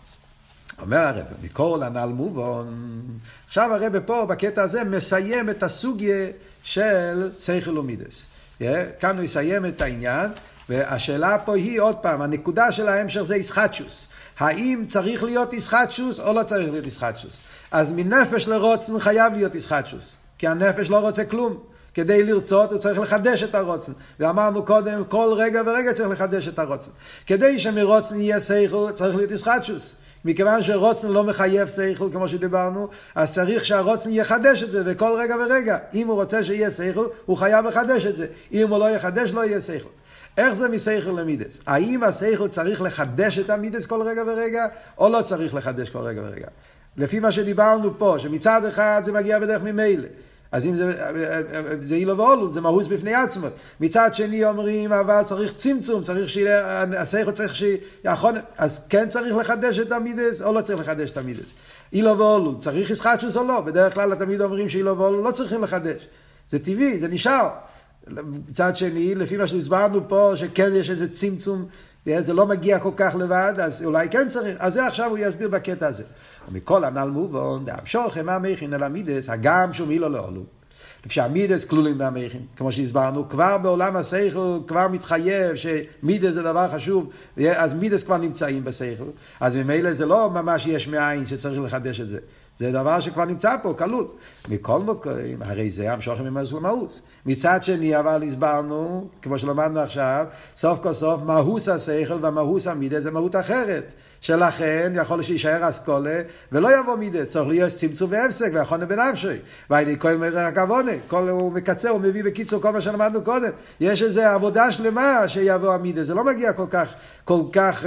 אומר הרב, מכל הנ"ל מובן. עכשיו הרב פה בקטע הזה מסיים את הסוגיה של שכל ומידס. כאן הוא יסיים את העניין, והשאלה פה היא עוד פעם, הנקודה של ההמשך זה ישחטשוס. האם צריך להיות ישחטשוס או לא צריך להיות ישחטשוס? אז מנפש לרוצן חייב להיות ישחטשוס, כי הנפש לא רוצה כלום. כדי לרצות הוא צריך לחדש את הרוצן. ואמרנו קודם, כל רגע ורגע צריך לחדש את הרוצן. כדי שמרוצן יהיה שכל צריך להיות ישחטשוס. מכיוון שרוצן לא מחייב שכל כמו שדיברנו, אז צריך שהרוצן יחדש את זה, וכל רגע ורגע. אם הוא רוצה שיהיה שכל, הוא חייב לחדש את זה. אם הוא לא יחדש, לא יהיה שכל. איך זה משכל למידס? האם השכל צריך לחדש את המידס כל רגע ורגע, או לא צריך לחדש כל רגע ורגע? לפי מה שדיברנו פה, שמצד אחד זה מגיע בדרך ממילא. אז אם זה אילו ואולו, זה מהוס בפני עצמות. מצד שני אומרים, אבל צריך צמצום, השכל צריך שיכול, אז כן צריך לחדש את המידס, או לא צריך לחדש את המידס. אילו ואולו, צריך ישחטשוס או לא? בדרך כלל תמיד אומרים שאילו ואולו לא צריכים לחדש. זה טבעי, זה נשאר. מצד שני, לפי מה שהסברנו פה, שכן יש איזה צמצום, זה לא מגיע כל כך לבד, אז אולי כן צריך. אז זה עכשיו הוא יסביר בקטע הזה. ומכל הנ"ל מובן, דאמשוך מה מכין אל המידס, הגם שום אילו לא עלו. שהמידס כלולים במכין, כמו שהסברנו, כבר בעולם השכל כבר מתחייב שמידס זה דבר חשוב, אז מידס כבר נמצאים בשכל. אז ממילא זה לא ממש יש מאין שצריך לחדש את זה. זה דבר שכבר נמצא פה, כלול. מכל מקום, הרי זה המשוך ממש למהוס. מצד שני, אבל הסברנו, כמו שלמדנו עכשיו, סוף כל סוף, מהוס השכל והמהוס המידס זה מהות אחרת. שלכן יכול שישאר אסכולה ולא יבוא מידס, צריך להיות צמצום והפסק והכונה בנפשי. והנה כל מרר הכוונה, הוא מקצר, הוא מביא בקיצור כל מה שלמדנו קודם. יש איזו עבודה שלמה שיבוא המידס, זה לא מגיע כל כך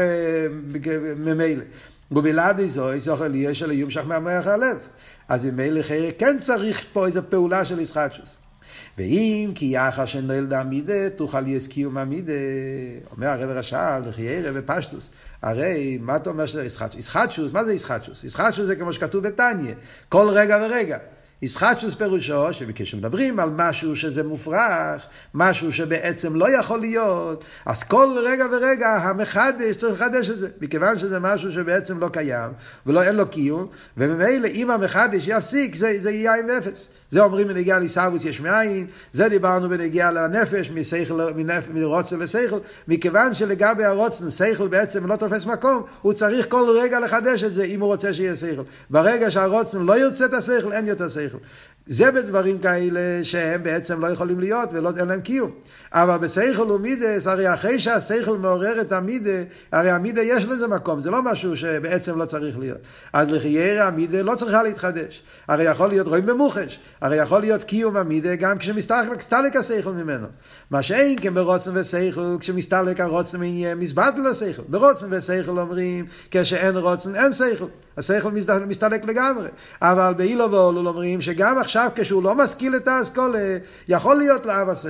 ממילא. ובלעדי זו, יסוכל לי של יומשך מהמוח הלב. אז אם מילא חייר, כן צריך פה איזו פעולה של ישחטשוס. ואם כי יחר שנולד המידה, תוכל יזכיום המידה. אומר הרב רש"ב, לחייר ופשטוס. הרי, מה אתה אומר שזה ישחטשוס? ישחטשוס, מה זה ישחטשוס? ישחטשוס זה כמו שכתוב בתניא, כל רגע ורגע. ישחטשוס פירושו, כשמדברים על משהו שזה מופרך, משהו שבעצם לא יכול להיות, אז כל רגע ורגע המחדש צריך לחדש את זה, מכיוון שזה משהו שבעצם לא קיים, אין לו קיום, וממילא אם המחדש יפסיק, זה יהיה עם אפס. זה אומרים בנגיעה לישאבוס יש מאין, זה דיברנו בנגיעה לנפש, מרוצן לשכל, מכיוון שלגבי הרוצן, שכל בעצם לא תופס מקום, הוא צריך כל רגע לחדש את זה, אם הוא רוצה שיהיה שכל. ברגע שהרוצן לא יוצא את השכל, אין יותר שכל. זה בדברים כאלה שהם בעצם לא יכולים להיות ואין להם קיום. אבל בשכל ומידס, הרי אחרי שהשכל מעורר את המידה, הרי המידה יש לזה מקום, זה לא משהו שבעצם לא צריך להיות. אז לחייר המידה לא צריכה להתחדש. הרי יכול להיות רואים במוחש, הרי יכול להיות קיום המידה גם כשמסתלק השכל ממנו. מה שאין כן ברוצן ושכל, כשמסתלק הרוצן מסבטל השכל. ברוצן ושכל אומרים, כשאין רוצן אין שכל. השכל מסתלק לגמרי. אבל באילו ואולו אומרים שגם עכשיו כשהוא לא משכיל את האסכולה, יכול להיות לאהבת השם.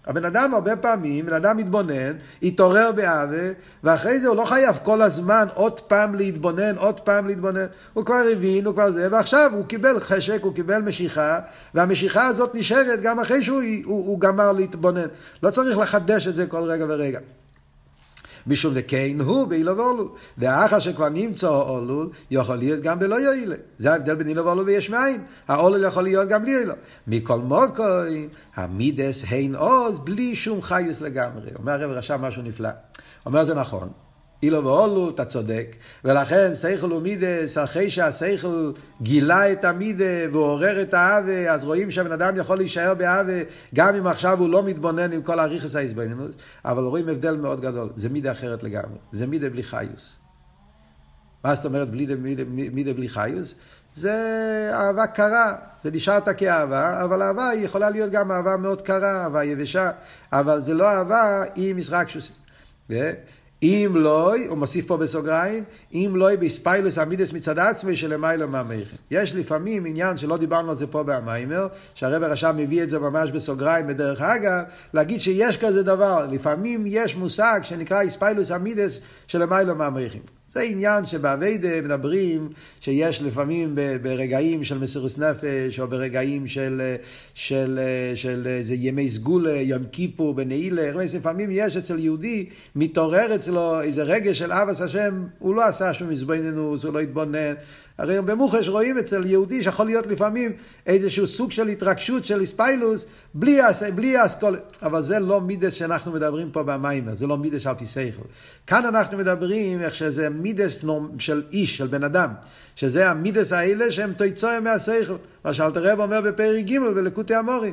הבן אדם הרבה פעמים, בן אדם מתבונן, יתעורר באהבה, ואחרי זה הוא לא חייב כל הזמן עוד פעם להתבונן, עוד פעם להתבונן. הוא כבר הבין, הוא כבר זה, ועכשיו הוא קיבל חשק, הוא קיבל משיכה, והמשיכה הזאת נשארת גם אחרי שהוא גמר להתבונן. לא צריך לחדש את זה כל רגע ורגע. משום דכן הוא באילו ואולול. ואחר שכבר נמצא אולול, יכול להיות גם בלא יעילה. זה ההבדל בין אילו ואולול ויש מאין. האולול יכול להיות גם בלי אילו. מכל מוקוין, המידס הן עוז בלי שום חיוס לגמרי. אומר הרב רשם משהו נפלא. אומר זה נכון. אילו ואולול, אתה צודק. ולכן שכל ומידס, אחרי שהשכל גילה את המידה ועורר את האהבה, אז רואים שהבן אדם יכול להישאר באהבה, גם אם עכשיו הוא לא מתבונן עם כל הריחס ההסביננות, אבל רואים הבדל מאוד גדול. זה מידה אחרת לגמרי. זה מידה בלי חיוס. מה זאת אומרת מידה בלי חיוס? זה אהבה קרה. זה נשארת כאהבה, אבל אהבה היא יכולה להיות גם אהבה מאוד קרה, אהבה יבשה, אבל זה לא אהבה עם משחק שוס. אם לא, הוא מוסיף פה בסוגריים, אם לא בספיילוס המידס מצד עצמי שלמיילו מהמייכים. יש לפעמים עניין שלא דיברנו על זה פה במיימר, שהרב הרש"ב מביא את זה ממש בסוגריים בדרך אגב, להגיד שיש כזה דבר. לפעמים יש מושג שנקרא ספיילוס המידס שלמיילו מהמייכים. זה עניין שבעבודה מדברים שיש לפעמים ברגעים של מסירות נפש או ברגעים של זה ימי סגולה, יום כיפור, בנעילה. לפעמים יש אצל יהודי, מתעורר אצלו איזה רגש של אהבת השם, הוא לא עשה שום התבוננות, הוא לא התבונן. הרי במוחש רואים אצל יהודי שיכול להיות לפעמים איזשהו סוג של התרגשות של ספיילוס, בלי אסכולה. אבל זה לא מידס שאנחנו מדברים פה במיימר, זה לא מידס על פי שכל. כאן אנחנו מדברים איך שזה מידס של איש, של בן אדם, שזה המידס האלה שהם תוצאה מהשכל. מה שאלתר רב אומר בפרק ג' בליקוטי המורים,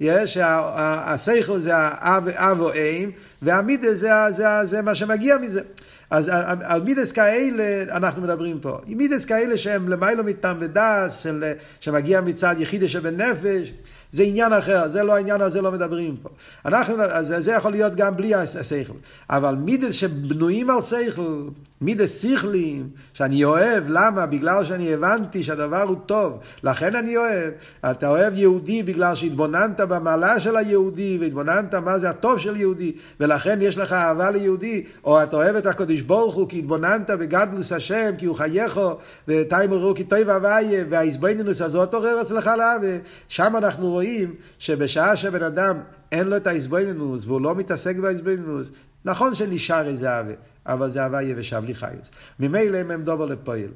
השכל זה האב או אם, והמידס זה מה שמגיע מזה. אז על מידס כאלה אנחנו מדברים פה. מידס כאלה שהם למיילו מטעם ודס, שמגיע מצד יחידה שבנפש, זה עניין אחר, זה לא העניין, הזה לא מדברים פה. אז זה יכול להיות גם בלי השכל. אבל מידס שבנויים על שכל, מידס שכליים, שאני אוהב, למה? בגלל שאני הבנתי שהדבר הוא טוב, לכן אני אוהב. אתה אוהב יהודי בגלל שהתבוננת במעלה של היהודי, והתבוננת מה זה הטוב של יהודי, ולכן יש לך אהבה ליהודי, או אתה אוהב את הקדוש ברוך הוא, כי התבוננת בגדלוס השם, כי הוא חייכו, ותאמרו כי טוב הוויה, וההסבינינוס הזאת עורר אצלך לאהבה. שם אנחנו רואים שבשעה שבן אדם אין לו את ההסבינינוס, והוא לא מתעסק בהסבינינוס, נכון שנשאר איזה אהבה, אבל זה אהבה יבשה בלי חיוס. ממילא הם דובר לפועל.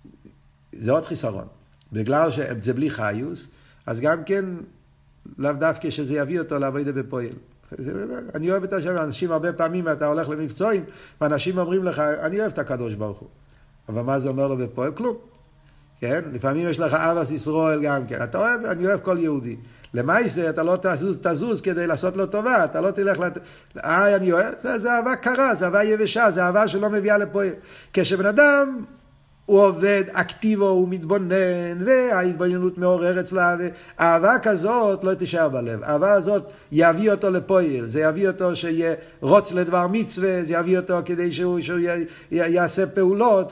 זה עוד חיסרון. בגלל שזה בלי חיוס, אז גם כן לאו דווקא שזה יביא אותו לעבודה בפועל. אני אוהב את השם, אנשים הרבה פעמים אתה הולך למבצועים, ואנשים אומרים לך, אני אוהב את הקדוש ברוך הוא. אבל מה זה אומר לו בפועל? כלום. כן? לפעמים יש לך אהבת ישראל גם כן. אתה אוהב, אני אוהב כל יהודי. למעשה אתה לא תזוז כדי לעשות לו טובה, אתה לא תלך אני אוהב, זה אהבה קרה, זה אהבה יבשה, זה אהבה שלא מביאה לפועל. כשבן אדם הוא עובד, אקטיבו, הוא מתבונן, וההתבוננות מעוררת אצלה, אהבה כזאת לא תישאר בלב. אהבה הזאת יביא אותו לפועל, זה יביא אותו שיהיה רוץ לדבר מצווה, זה יביא אותו כדי שהוא יעשה פעולות,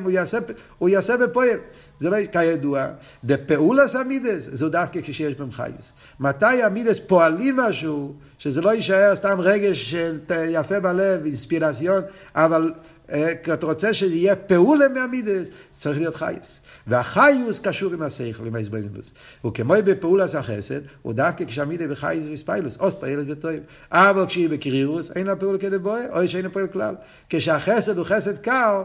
הוא יעשה בפועל. זה לא כידוע, בפעולת המידס, זו דווקא כשיש בהם חיוס. מתי המידס פועלים משהו, שזה לא יישאר סתם רגש יפה בלב, אינספירציון, אבל אתה רוצה שזה יהיה פעולה מהמידס, צריך להיות חיוס. והחיוס קשור עם השכל, עם ההסבינינוס. וכמו בפעולת החסד, הוא דווקא כשהמידה בחיוס וספיילוס, או ספיילוס וטועים. אבל כשהיא בקרירוס, אין לה פעולה כדבוה, או שאין לה פעולה כלל. כשהחסד הוא חסד קר,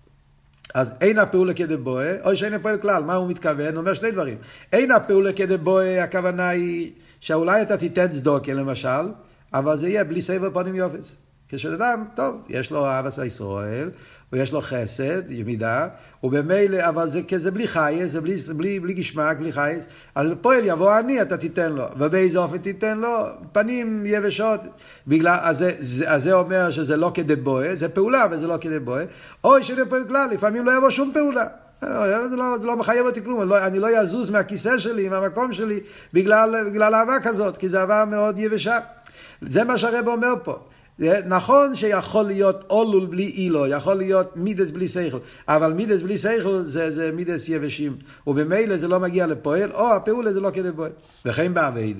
אז אין הפעולה כדבוה, או שאין הפעולה כלל. מה הוא מתכוון? הוא אומר שני דברים. אין הפעולה כדבוה, הכוונה היא שאולי אתה תיתן צדוקה למשל, אבל זה יהיה בלי סבר פנים יופס. כשאדם, טוב, יש לו אהבת ישראל, ויש לו חסד, ימידה, ובמילא, אבל זה בלי חייס, זה בלי גשמק, בלי חייס, אז בפועל יבוא אני, אתה תיתן לו, ובאיזה אופן תיתן לו, פנים יבשות, אז זה אומר שזה לא כדבוה, זה פעולה, אבל זה לא כדבוה, או שזה פעולה כלל, לפעמים לא יבוא שום פעולה, זה לא מחייב אותי כלום, אני לא יזוז מהכיסא שלי, מהמקום שלי, בגלל אהבה כזאת, כי זה אהבה מאוד יבשה. זה מה שהרב אומר פה. נכון שיכול להיות אולול בלי אילו, יכול להיות מידס בלי שכל, אבל מידס בלי שכל זה מידס יבשים, ובמילא זה לא מגיע לפועל, או הפעולה זה לא כדי פועל. וכן בעבודה,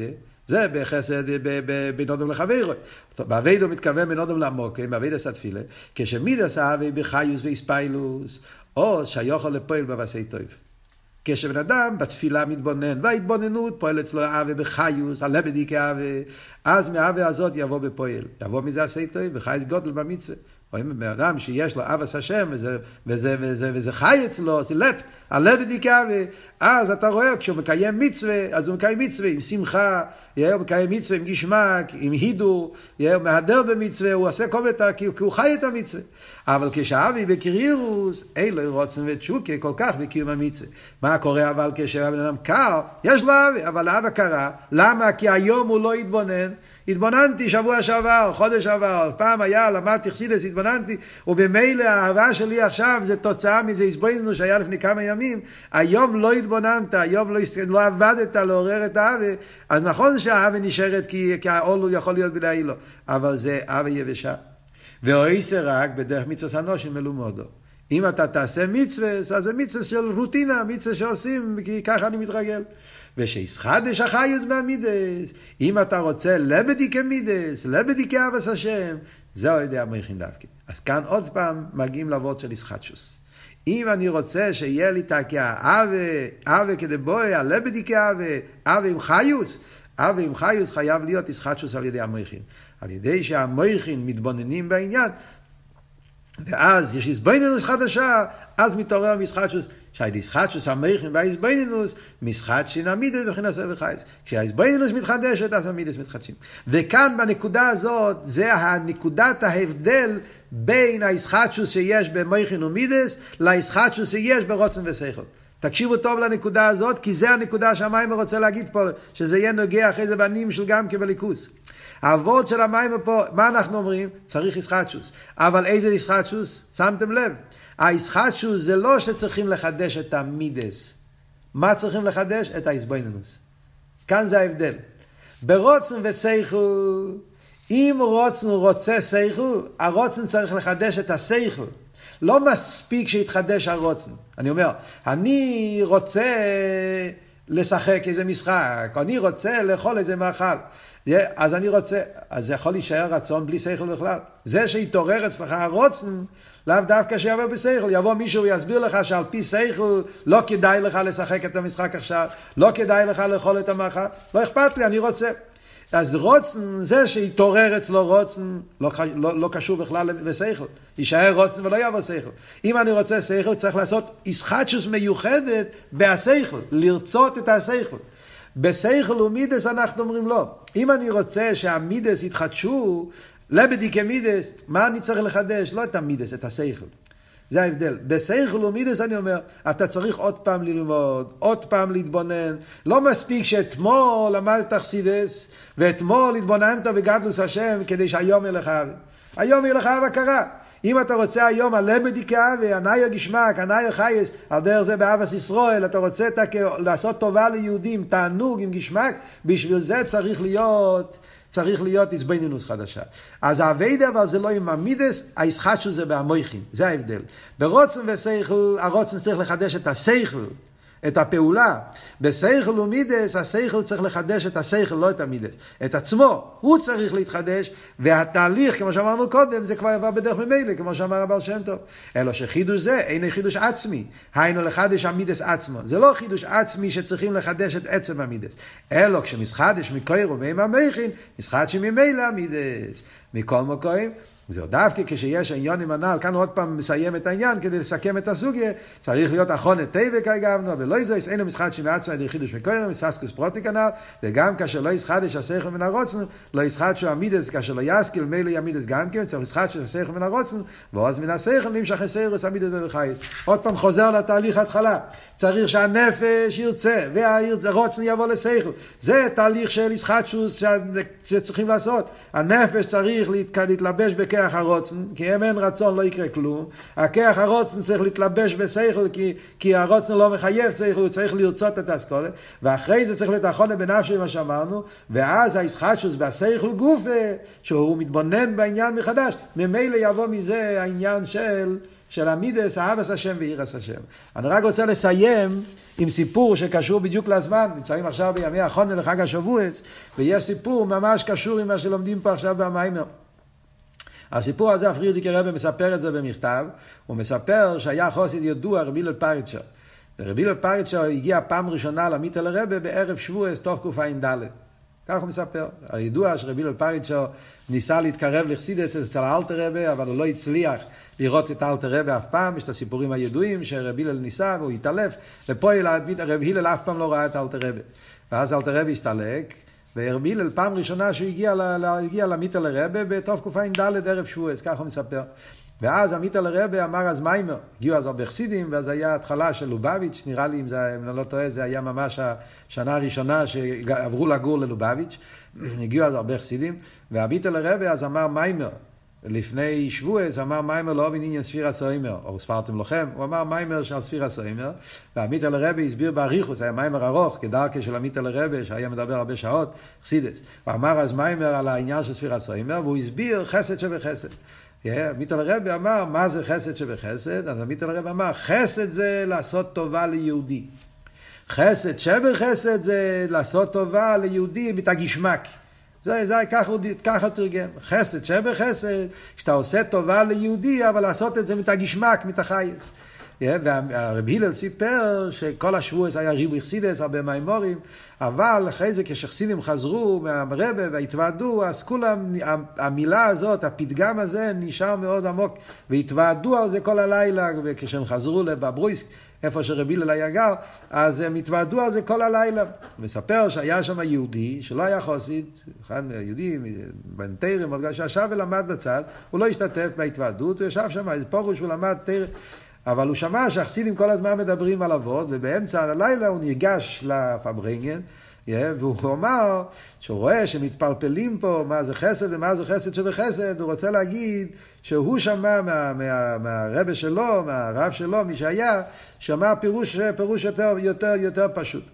זה בחסד בין אדם לחברו. בעבודו מתכוון בין אדם לעמוקים, בעבודת התפילה, כשמידס אהבה בחיוס ואיספיילוס, או שיוכל לפועל בעשי טוב. כשבן אדם בתפילה מתבונן, וההתבוננות פועל אצלו אהבה בחיוס, הלב דיקה אהבה, אז מהאהבה הזאת יבוא בפועל. יבוא מזה עשי טוב, וחייס גודל במצווה. רואים בן אדם שיש לו אהבת השם, וזה חי אצלו, זה לפט, הלב דיקה, אז אתה רואה, כשהוא מקיים מצווה, אז הוא מקיים מצווה עם שמחה, הוא מקיים מצווה עם גשמק, עם הידור, הוא מהדר במצווה, הוא עושה כל מיני, כי הוא חי את המצווה. אבל כשאהבי בקרירוס, אין לו רוצן ותשוקה כל כך בקיום המצווה. מה קורה אבל כשהבן אדם קר? יש לו אהבה, אבל אהבה קרה. למה? כי היום הוא לא התבונן. התבוננתי שבוע שעבר, חודש שעבר, פעם היה, למדתי חסידות, התבוננתי, ובמילא האהבה שלי עכשיו זה תוצאה מזה הסבוינו שהיה לפני כמה ימים, היום לא התבוננת, היום לא עבדת לעורר את האהבה, אז נכון שהאהבה נשארת כי העול יכול להיות בלעי לו, אבל זה אהבה יבשה. ואויסה רק בדרך מצווה אנושים מלומדו. אם אתה תעשה מצווה, אז זה מצווה של רוטינה, מצווה שעושים, כי ככה אני מתרגל. ושיסחדש החיוס מהמידס, אם אתה רוצה לבדי כמידס, לבדי כאבס השם, זהו ידי המכין דווקא. אז כאן עוד פעם מגיעים לעבוד של ישחדשוס. אם אני רוצה שיהיה לי תקיה אהבה כדי בואי, הלבדי כאהבה, אהבה עם חיוס, אהבה עם חיוס חייב להיות ישחדשוס על ידי המכין. על ידי שהמכין מתבוננים בעניין, ואז יש הסבינינוס חדשה, אז מתעורר משחדשוס, שההסחדשוס המכין וההסבינינוס, משחדשין המידס וכן עשה וחייס. כשההסבינינוס מתחדשת, אז המידס מתחדשים. וכאן בנקודה הזאת, זה הנקודת ההבדל בין ההסחדשוס שיש במכין ומידס, להסחדשוס שיש ברוצן ושכל. תקשיבו טוב לנקודה הזאת, כי זה הנקודה שהמים רוצה להגיד פה, שזה יהיה נוגע אחרי זה בנים של גם כבליכוס. העבוד של המים פה, מה אנחנו אומרים? צריך ישחדשוס. אבל איזה ישחדשוס? שמתם לב. הישחדשוס זה לא שצריכים לחדש את המידס. מה צריכים לחדש? את ההסבינינוס. כאן זה ההבדל. ברוצן ושכל, אם רוצן רוצה שכל, הרוצן צריך לחדש את השכל. לא מספיק שיתחדש הרוצן. אני אומר, אני רוצה לשחק איזה משחק, אני רוצה לאכול איזה מאכל. אז אני רוצה, אז זה יכול להישאר רצון בלי שכל בכלל. זה שיתעורר אצלך הרוצן, לאו דווקא שיבוא בשכל, יבוא מישהו ויסביר לך שעל פי שכל לא כדאי לך לשחק את המשחק עכשיו, לא כדאי לך לאכול את לא אכפת לי, אני רוצה. אז רוצן, זה שיתעורר אצלו רוצן, לא קשור בכלל בשכל. יישאר רוצן ולא יבוא שכל. אם אני רוצה שכל, צריך לעשות ישחדשוס מיוחדת בהשכל, לרצות את השכל. בשכל ומידס אנחנו אומרים לא. אם אני רוצה שהמידס יתחדשו, לבדי כמידס, מה אני צריך לחדש? לא את המידס, את השכל. זה ההבדל. בשכל ומידס אני אומר, אתה צריך עוד פעם ללמוד, עוד פעם להתבונן. לא מספיק שאתמול למדת חסידות, ואתמול התבוננת בגדלוס השם, כדי שהיום יהיה לך אהבה. היום יהיה לך אהבה קרה. אם אתה רוצה היום הלבדי כאהבה, הנאי גשמק, הנאי חייס, על דרך זה באהבת ישראל, אתה רוצה לעשות טובה ליהודים, תענוג עם גשמק, בשביל זה צריך להיות הסבינינוס חדשה. אז העבודה אבל זה לא עם המידס, הישחדשוס זה בהמויכין, זה ההבדל. ברוצן ושכל, הרוצן צריך לחדש את השכל, את הפעולה. בשכל ומידס, השכל צריך לחדש את השכל, לא את המידס. את עצמו, הוא צריך להתחדש, והתהליך, כמו שאמרנו קודם, זה כבר עבר בדרך ממילא, כמו שאמר הבעל שם טוב. אלא שחידוש זה, אין חידוש עצמי. היינו לחדש המידס עצמו. זה לא חידוש עצמי שצריכים לחדש את עצם המידס. אלא כשמשחדש מקוירו ועם המכין, משחדש ממילא המידס. מכל מקום, זהו דווקא כשיש עניונים הנ"ל, כאן עוד פעם מסיים את העניין כדי לסכם את הסוגיה, צריך להיות אחרון את טבע כגבנו, ולא יזויס, אין לו משחדש מעצמו ידי חידוש מקוירם, ססקוס פרוטי כנ"ל, וגם כאשר לא ישחדש השכל מן הרוצן, לא ישחדש המידס, כאשר לא יסקיל מילא ימידס גם כן, צריך ישחדש השכל מן הרוצן, ועוז מן השכל נמשך הסירוס המידס בבחייס. עוד פעם חוזר לתהליך התחלה, צריך שהנפש ירצה, והרוצן יבוא לשכל. זה תהליך של ישחדשוס שצריכים לעשות. הנפש צריך להתלבש בכוח הרוצן, כי אם אין רצון לא יקרה כלום. הכוח הרוצן צריך להתלבש בשכל, כי הרוצן לא מחייב שכל, הוא צריך לרצות את האסכולה, ואחרי זה צריך לתחון בנפשי מה שאמרנו, ואז הישחדשוס בשכל גוף, שהוא מתבונן בעניין מחדש, ממילא יבוא מזה העניין של המידס, אהבס השם וירס השם. אני רק רוצה לסיים עם סיפור שקשור בדיוק לזמן. נמצאים עכשיו בימי החונן לחג השבועס, ויש סיפור ממש קשור עם מה שלומדים פה עכשיו במיימר. הסיפור הזה, הפרידיקי רבי מספר את זה במכתב. הוא מספר שהיה חסיד ידוע, רבי הלל פריצ'ר. ורבי הלל פריצ'ר הגיע פעם ראשונה למיטל הרבי בערב שבועס תקע"ד. כך הוא מספר. הידוע שרבי הלל פריצ'ר ניסה להתקרב לחסידות אצל האלטר רבי, אבל הוא לא הצליח לראות את האלטר רבי אף פעם. יש את הסיפורים הידועים שרבי הלל ניסה והוא התעלף, ופה רבי הלל אף פעם לא ראה את האלטר רבי. ואז האלטר רבי הסתלק, ורבי הלל פעם ראשונה שהוא הגיע למיטל הרבי בתקע"ד ערב שבועס, כך הוא מספר. ואז המיטל הרבי אמר אז מיימר, הגיעו אז הרבה חסידים, ואז היה התחלה של לובביץ', נראה לי, אם אני לא טועה, זה היה ממש השנה הראשונה שעברו לגור ללובביץ', הגיעו אז הרבה חסידים, והמיטל הרבי אז אמר מיימר, לפני שבועס אמר מיימר לא בעניין ספירה סוימר, או ספרתם לכם, הוא אמר מיימר של ספירה סוימר, והמיטל הרבי הסביר באריכות, היה מיימר ארוך, כדרכי של המיטל הרבי, שהיה מדבר הרבה שעות, חסידס, הוא אמר אז מיימר על העניין של ספירה סוימר, והוא הסביר חסד שבחסד. המיטל הרבי אמר, מה זה חסד שבחסד? אז המיטל הרבי אמר, חסד זה לעשות טובה ליהודי. חסד שבחסד זה לעשות טובה ליהודי מתגשמק. ככה תרגם. חסד שבחסד, כשאתה עושה טובה ליהודי, אבל לעשות את זה מתגשמק, מתחייס. והרבי הלל סיפר שכל השבועס היה ריבוי חסידס, הרבה מימורים, אבל אחרי זה כשחסידים חזרו מהרבי והתוועדו, אז כולם, המילה הזאת, הפתגם הזה נשאר מאוד עמוק, והתוועדו על זה כל הלילה, וכשהם חזרו לבברויסק, איפה שרבי הלל היה גר, אז הם התוועדו על זה כל הלילה. מספר שהיה שם יהודי שלא היה חסיד, אחד יהודי בן תרם, שישב ולמד בצד, הוא לא השתתף בהתוועדות, הוא ישב שם, איזה פורוש, הוא למד תרם, אבל הוא שמע שהחסידים כל הזמן מדברים על אבות, ובאמצע הלילה הוא ניגש לפברנגן, והוא אמר שהוא רואה שמתפלפלים פה מה זה חסד ומה זה חסד שבחסד, הוא רוצה להגיד שהוא שמע מהרבא שלו, מהרב שלו, מי שהיה, שמע פירוש יותר פשוט.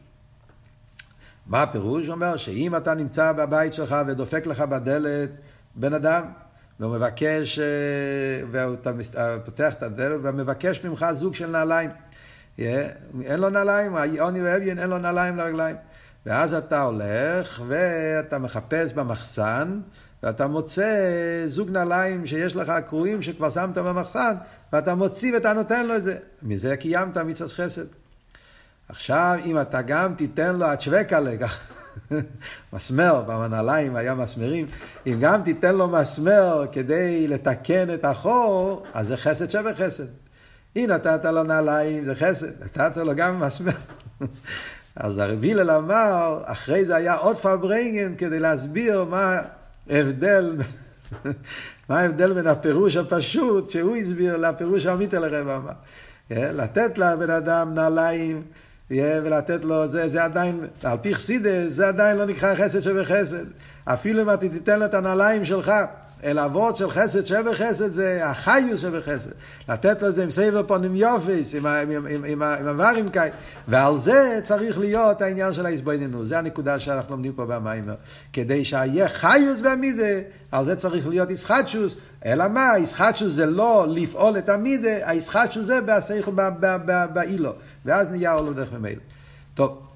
מה הפירוש? הוא אומר שאם אתה נמצא בבית שלך ודופק לך בדלת בן אדם, והוא מבקש, ואתה פותח את הדלת, ומבקש ממך זוג של נעליים. אין לו נעליים, עוני ואביין, אין לו נעליים לרגליים. ואז אתה הולך, ואתה מחפש במחסן, ואתה מוצא זוג נעליים שיש לך קרועים שכבר שמת במחסן, ואתה מוציא ואתה נותן לו את זה. מזה קיימת מצוות חסד. עכשיו, אם אתה גם תיתן לו הצ'ווקה לכך, מסמר, במנהליים היה מסמרים, אם גם תיתן לו מסמר כדי לתקן את החור, אז זה חסד שבחסד. אם נתת לו נעליים, זה חסד, נתת לו גם מסמר. אז הרבי הלל אמר, אחרי זה היה עוד פברנגן כדי להסביר מה ההבדל, מה ההבדל בין הפירוש הפשוט שהוא הסביר לפירוש המיטל הרב אמר. לתת לבן אדם נעליים, ולתת לו, זה עדיין, על פי חסידס, זה עדיין לא נקרא חסד שבחסד. אפילו אם אתה תיתן לו את הנעליים שלך, אל אבות של חסד שבחסד, זה החיוס שבחסד. לתת לו זה עם סבר פונים יופס, עם הוורים כאלה. ועל זה צריך להיות העניין של ההסבויננות. זה הנקודה שאנחנו לומדים פה במיימר. כדי שיהיה חיוס במידה, על זה צריך להיות ישחטשוס. אלא מה? ישחטשוס זה לא לפעול את המידה, הישחטשוס זה בעשייך באילו. ואז נהיה עולו דרך ממילא. טוב.